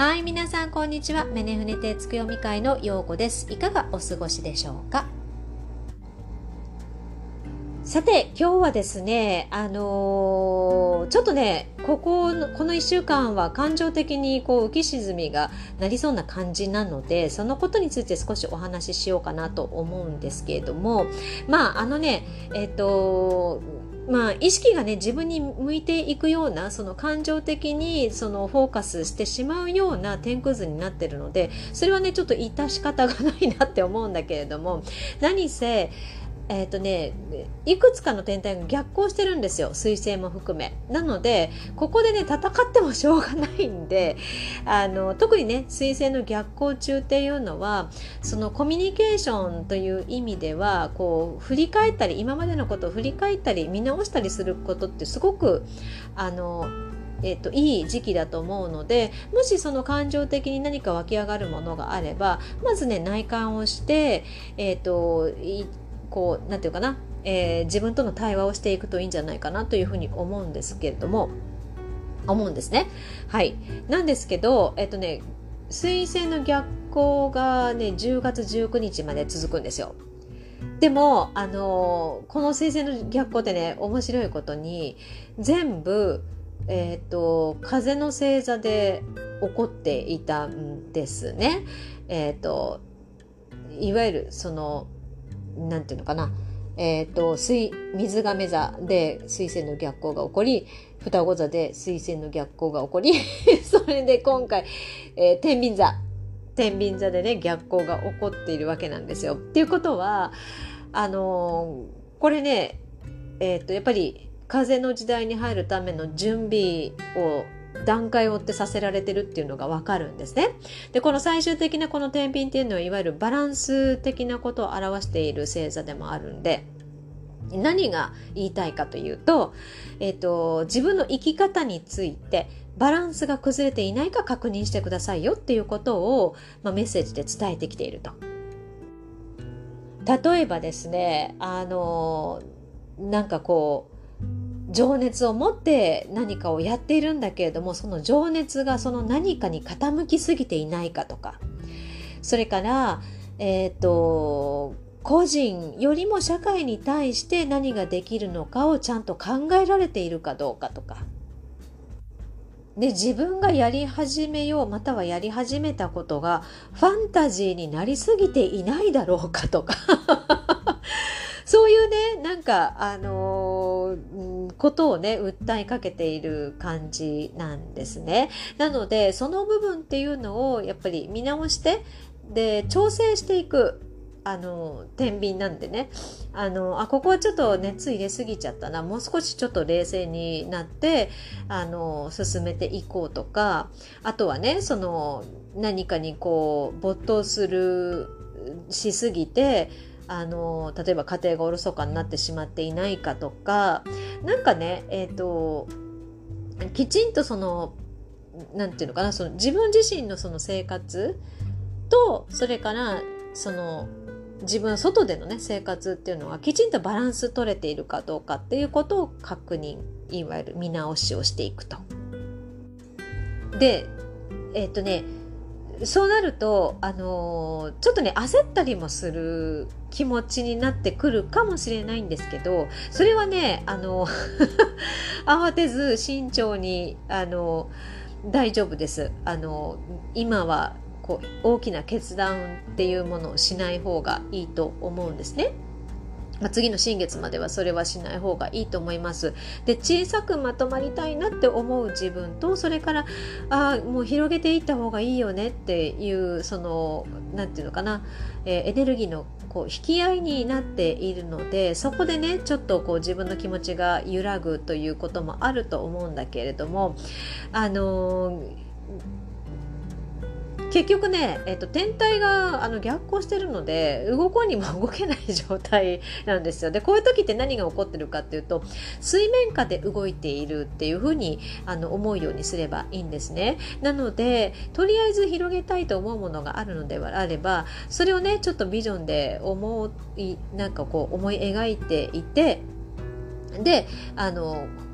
はい、皆さんこんにちは。メネフネテツクヨミ会のようこです。いかがお過ごしでしょうか。さて、今日はですね、ちょっとね、この1週間は感情的に浮き沈みがなりそうな感じなので、そのことについて少しお話ししようかなと思うんですけれども、意識がね自分に向いていくような、その感情的にフォーカスしてしまうような天空図になってるので、それはねちょっと致し方がないなって思うんだけれども、何せいくつかの天体が逆行してるんですよ、水星も含め。なのでここでね戦ってもしょうがないんで、特にね水星の逆行中っていうのは、そのコミュニケーションという意味では振り返ったり、今までのことを振り返ったり見直したりすることってすごくいい時期だと思うので、もしその感情的に何か湧き上がるものがあれば、まずね内観をしてなんていうかな、自分との対話をしていくといいんじゃないかなというふうに思うんですけれども、思うんですね。はい。なんですけど、水星の逆行がね10月19日まで続くんですよ。でもこの水星の逆行ってね、面白いことに全部風の星座で起こっていたんですね。いわゆるなんていうのかな、水亀座で水星の逆行が起こり、双子座で水星の逆行が起こりそれで今回、天秤座でね逆行が起こっているわけなんですよ。っていうことはこれね、やっぱり風の時代に入るための準備を段階を追ってさせられてるっていうのがわかるんですね。で、この最終的なこの天秤っていうのは、いわゆるバランス的なことを表している星座でもあるんで、何が言いたいかというと、自分の生き方についてバランスが崩れていないか確認してくださいよっていうことを、メッセージで伝えてきていると。例えばですね、情熱を持って何かをやっているんだけれども、その情熱がその何かに傾きすぎていないかとか、それから個人よりも社会に対して何ができるのかをちゃんと考えられているかどうかとかで、自分がやり始めよう、またはやり始めたことがファンタジーになりすぎていないだろうかとかそういうね、ことをね訴えかけている感じなんですね。なのでその部分っていうのをやっぱり見直して、で調整していく天秤なんでね、ここはちょっと熱入れすぎちゃったな、もう少しちょっと冷静になって進めていこうとか、あとはね何かに没頭しすぎて例えば家庭がおろそかになってしまっていないかとか、きちんとなんていうのかな、自分自身の生活と、それから自分外でのね生活っていうのはきちんとバランス取れているかどうかっていうことを確認、いわゆる見直しをしていくと。でそうなるとちょっとね焦ったりもする気持ちになってくるかもしれないんですけど、それはね慌てず慎重に大丈夫です。今は大きな決断っていうものをしない方がいいと思うんですね。次の新月まではそれはしない方がいいと思います。で、小さくまとまりたいなって思う自分と、それからもう広げていった方がいいよねっていうなんていうのかな、エネルギーの引き合いになっているので、そこでねちょっと自分の気持ちが揺らぐということもあると思うんだけれども、結局ね、天体が逆行してるので動こうにも動けない状態なんですよ。で、こういう時って何が起こってるかっていうと、水面下で動いているっていうふうに思うようにすればいいんですね。なのでとりあえず広げたいと思うものがあるのであれば、それをねちょっとビジョンで思い描いていて、で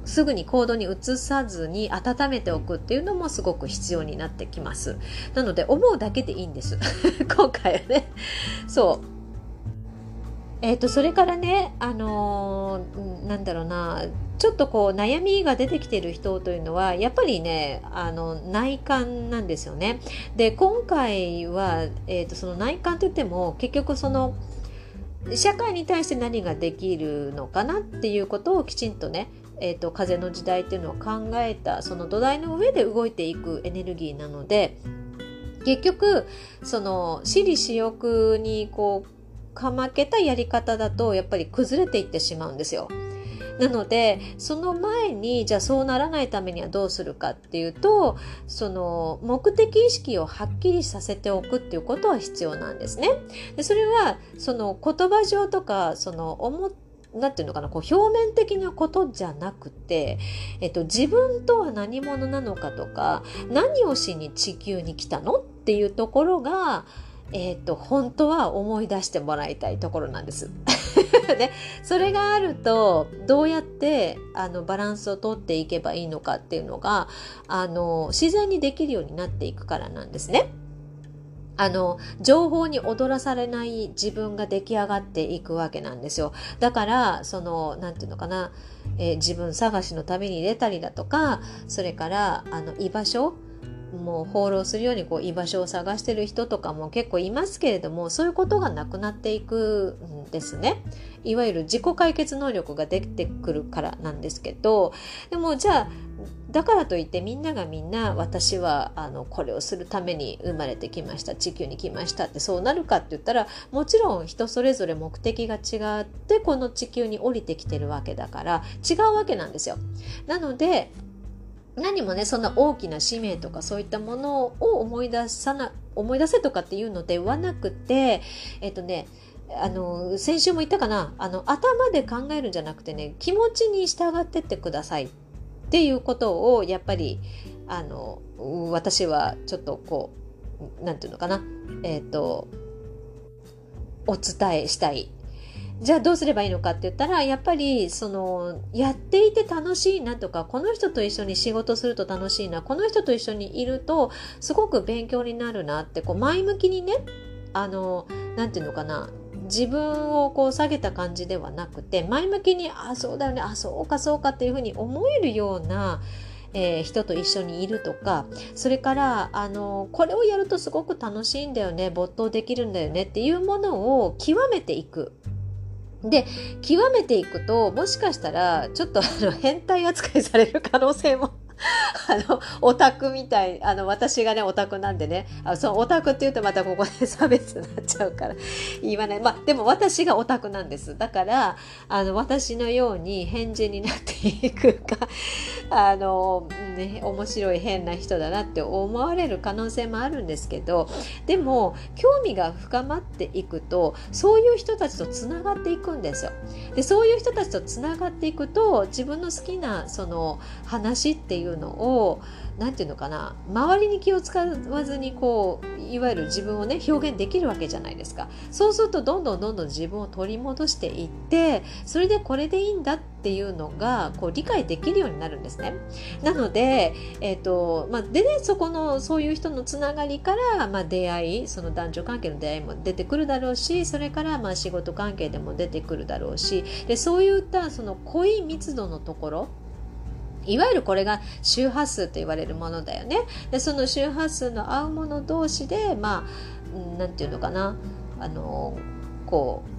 すぐに行動に移さずに温めておくっていうのもすごく必要になってきます。なので思うだけでいいんです今回はね。そうそれからね、なんだろうな、ちょっとこう悩みが出てきている人というのはやっぱりね、内観なんですよね。で今回は、その内観といっても結局その社会に対して何ができるのかなっていうことをきちんとね、風の時代っていうのを考えたその土台の上で動いていくエネルギーなので、結局その私利私欲にこうかまけたやり方だとやっぱり崩れていってしまうんですよ。なのでその前にじゃあそうならないためにはどうするかっていうと、その目的意識をはっきりさせておくっていうことは必要なんですね。でそれはその言葉上とかそのなんていうのかな、こう表面的なことじゃなくて、自分とは何者なのかとか、何をしに地球に来たのっていうところが本当は思い出してもらいたいところなんですでそれがあるとどうやってバランスをとっていけばいいのかっていうのが自然にできるようになっていくからなんですね。情報に踊らされない自分が出来上がっていくわけなんですよ。だからそのなんていうのかな、自分探しの旅に出たりだとか、それから居場所もう放浪するようにこう居場所を探してる人とかも結構いますけれども、そういうことがなくなっていくんですね。いわゆる自己解決能力が出てくるからなんですけど、でもじゃあだからといってみんながみんな私はこれをするために生まれてきました、地球に来ましたってそうなるかって言ったら、もちろん人それぞれ目的が違ってこの地球に降りてきてるわけだから違うわけなんですよ。なので何もねそんな大きな使命とかそういったものを思い出せとかっていうのではなくて、先週も言ったかな、頭で考えるんじゃなくてね、気持ちに従ってってくださいっていうことをやっぱり私はちょっとこうなんていうのかな、お伝えしたい。じゃあどうすればいいのかって言ったら、やっぱりそのやっていて楽しいなとか、この人と一緒に仕事すると楽しいな、この人と一緒にいるとすごく勉強になるなってこう前向きにね、なんていうのかな、自分をこう下げた感じではなくて前向きにそうだよね、そうかそうかっていうふうに思えるような人と一緒にいるとか、それからこれをやるとすごく楽しいんだよね、没頭できるんだよねっていうものを極めていく。で極めていくともしかしたらちょっと変態扱いされる可能性もオタクみたい、私がねオタクなんでね、そのオタクって言うとまたここで差別になっちゃうから言わない。でも私がオタクなんです。だから私のように変人になっていくか面白い変な人だなって思われる可能性もあるんですけど、でも興味が深まっていくとそういう人たちとつながっていくんですよ。でそういう人たちとつながっていくと自分の好きなその話っていうのをなんていうのかな、周りに気を使わずにこういわゆる自分をね表現できるわけじゃないですか。そうするとどんどん自分を取り戻していって、それでこれでいいんだっていうのがこう理解できるようになるんですね。なので、でねそういう人のつながりから、出会い、その男女関係の出会いも出てくるだろうし、それから仕事関係でも出てくるだろうし、でそういったその濃い密度のところ、いわゆるこれが周波数と言われるものだよね。でその周波数の合うもの同士でなんていうのかな、こう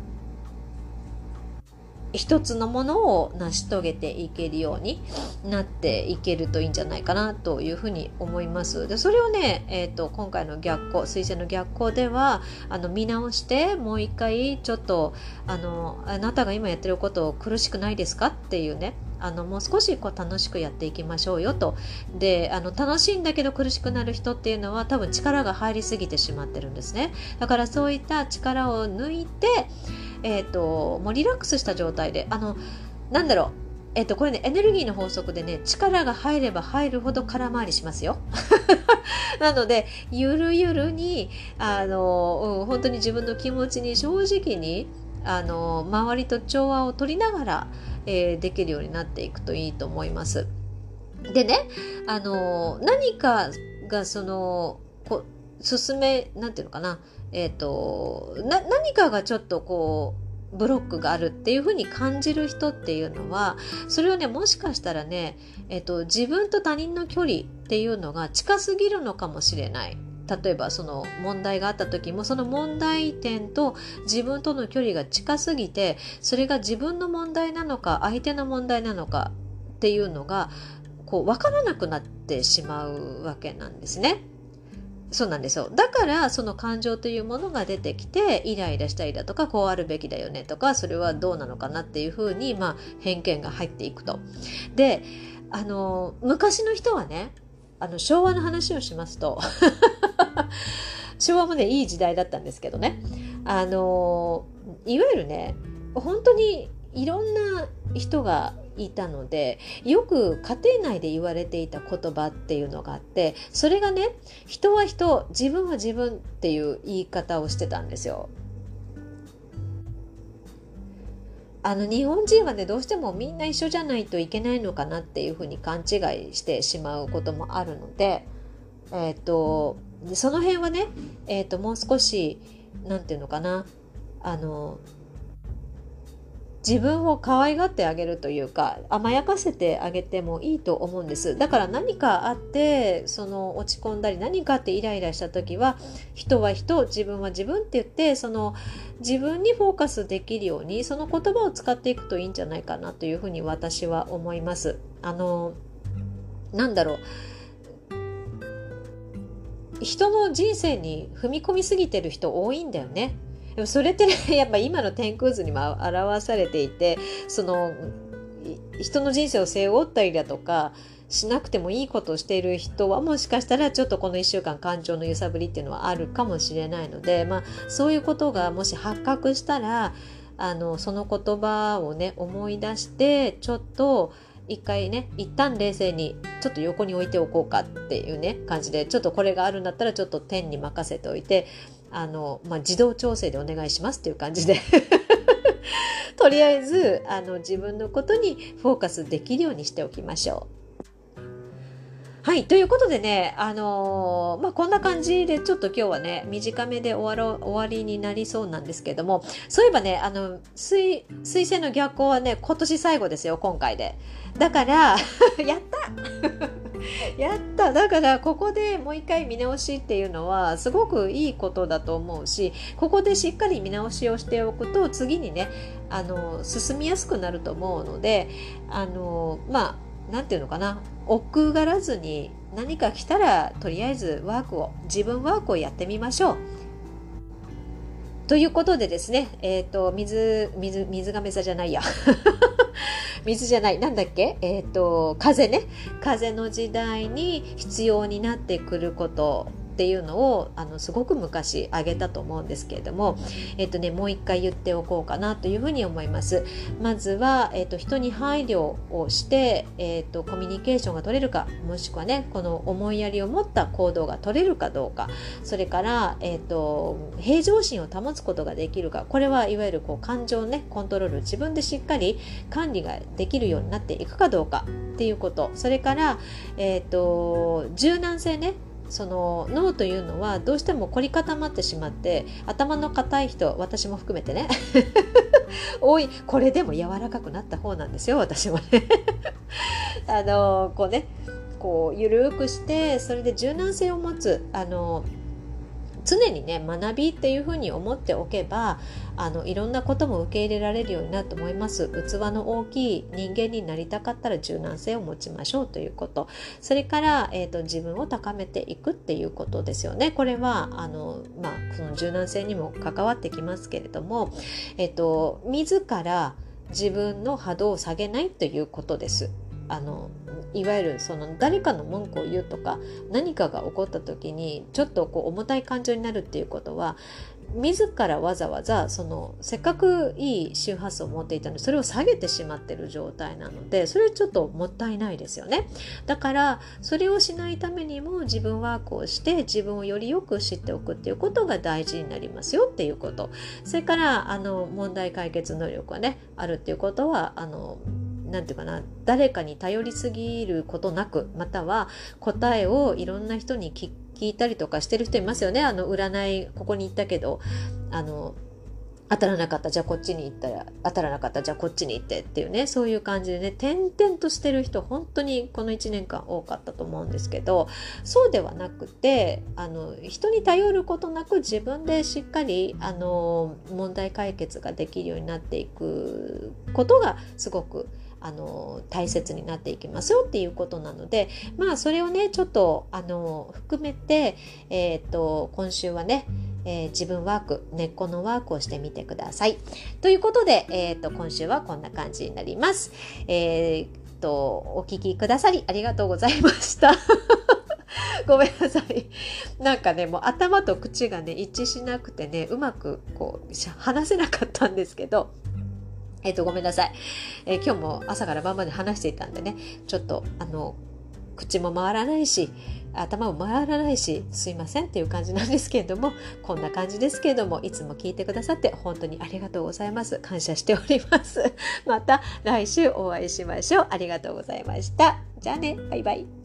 一つのものを成し遂げていけるようになっていけるといいんじゃないかなというふうに思います。でそれをね、今回の逆行、水星の逆行では見直してもう一回ちょっとあなたが今やってること苦しくないですかっていうね、もう少し楽しくやっていきましょうよと。で楽しいんだけど苦しくなる人っていうのは多分力が入りすぎてしまってるんですね。だからそういった力を抜いて、もうリラックスした状態でなんだろう、これねエネルギーの法則でね、力が入れば入るほど空回りしますよなのでゆるゆるに本当に自分の気持ちに正直に周りと調和を取りながら、できるようになっていくといいと思います。でね、何かがなんていうのかな、何かがちょっとブロックがあるっていう風に感じる人っていうのは、それはね、もしかしたらね、自分と他人の距離っていうのが近すぎるのかもしれない。例えばその問題があった時も、その問題点と自分との距離が近すぎて、それが自分の問題なのか相手の問題なのかっていうのが分からなくなってしまうわけなんですね。そうなんですよ。だからその感情というものが出てきて、イライラしたりだとか、こうあるべきだよねとか、それはどうなのかなっていうふうに、偏見が入っていくと。で、昔の人はね、昭和の話をしますと昭和もね、いい時代だったんですけどね、いわゆるね、本当にいろんな人がいたので、よく家庭内で言われていた言葉っていうのがあって、それがね、人は人、自分は自分っていう言い方をしてたんですよ。日本人はね、どうしてもみんな一緒じゃないといけないのかなっていうふうに勘違いしてしまうこともあるので、その辺はね、もう少しなんていうのかな、自分を可愛がってあげるというか、甘やかせてあげてもいいと思うんです。だから何かあって落ち込んだり、何かあってイライラした時は、人は人、自分は自分って言って、自分にフォーカスできるようにその言葉を使っていくといいんじゃないかなというふうに私は思います。なんだろう、人の人生に踏み込みすぎてる人多いんだよね。でもそれってね、やっぱ今の天空図にも表されていて、人の人生を背負ったりだとかしなくてもいいことをしている人は、もしかしたらちょっとこの1週間感情の揺さぶりっていうのはあるかもしれないので、そういうことがもし発覚したら、その言葉をね、思い出して、ちょっと一旦冷静にちょっと横に置いておこうかっていうね感じで、ちょっとこれがあるんだったらちょっと天に任せておいて、自動調整でお願いしますっていう感じでとりあえず自分のことにフォーカスできるようにしておきましょう。はい、ということでね、こんな感じでちょっと今日はね、短めで終わりになりそうなんですけども、そういえばね、水星の逆行はね、今年最後ですよ、今回で。だからやったやっただからここでもう一回見直しっていうのはすごくいいことだと思うし、ここでしっかり見直しをしておくと、次にね進みやすくなると思うので、なんていうのかな、億劫がらずに何か来たらとりあえず自分ワークをやってみましょう。ということでですね、水がめ座じゃないや水じゃない、なんだっけ、風ね、風の時代に必要になってくることっていうのをすごく昔挙げたと思うんですけれども、もう一回言っておこうかなというふうに思います。まずは、人に配慮をして、コミュニケーションが取れるか、もしくはね、この思いやりを持った行動が取れるかどうか、それから、平常心を保つことができるか、これはいわゆる感情をね、コントロール、自分でしっかり管理ができるようになっていくかどうかっていうこと、それから、柔軟性ね、その脳というのはどうしても凝り固まってしまって、頭の固い人、私も含めてね多い。これでも柔らかくなった方なんですよ、私もねゆるくして、それで柔軟性を持つ、常にね、学びっていうふうに思っておけば、いろんなことも受け入れられるようになると思います。器の大きい人間になりたかったら柔軟性を持ちましょうということ。それから、自分を高めていくっていうことですよね。これはその柔軟性にも関わってきますけれども、自ら自分の波動を下げないということです。いわゆる誰かの文句を言うとか、何かが起こった時にちょっと重たい感情になるっていうことは、 自らわざわざせっかくいい周波数を持っていたのにそれを下げてしまっている状態なので、それちょっともったいないですよね。だからそれをしないためにも自分ワークをして自分をよりよく知っておくっていうことが大事になりますよっていうこと。それから問題解決能力がねあるっていうことはなんていうかな、誰かに頼りすぎることなく、または答えをいろんな人に聞いたりとかしてる人いますよね。占いここに行ったけど当たらなかった、じゃあこっちに行ったら当たらなかった、じゃあこっちに行ってっていうね、そういう感じでね転々としてる人本当にこの1年間多かったと思うんですけど、そうではなくて人に頼ることなく自分でしっかり問題解決ができるようになっていくことがすごく大切になっていきますよっていうことなので、まあそれをねちょっと含めて今週はね自分ワーク、根っこのワークをしてみてください。ということで、今週はこんな感じになります。お聞きくださりありがとうございました。ごめんなさい。なんかね、もう頭と口がね、一致しなくてね、うまくこう話せなかったんですけど、ごめんなさい。今日も朝から晩まで話していたんでね、ちょっと口も回らないし頭も回らないしすいませんっていう感じなんですけれども、こんな感じですけれども、いつも聞いてくださって本当にありがとうございます。感謝しております。また来週お会いしましょう。ありがとうございました。じゃあね、バイバイ。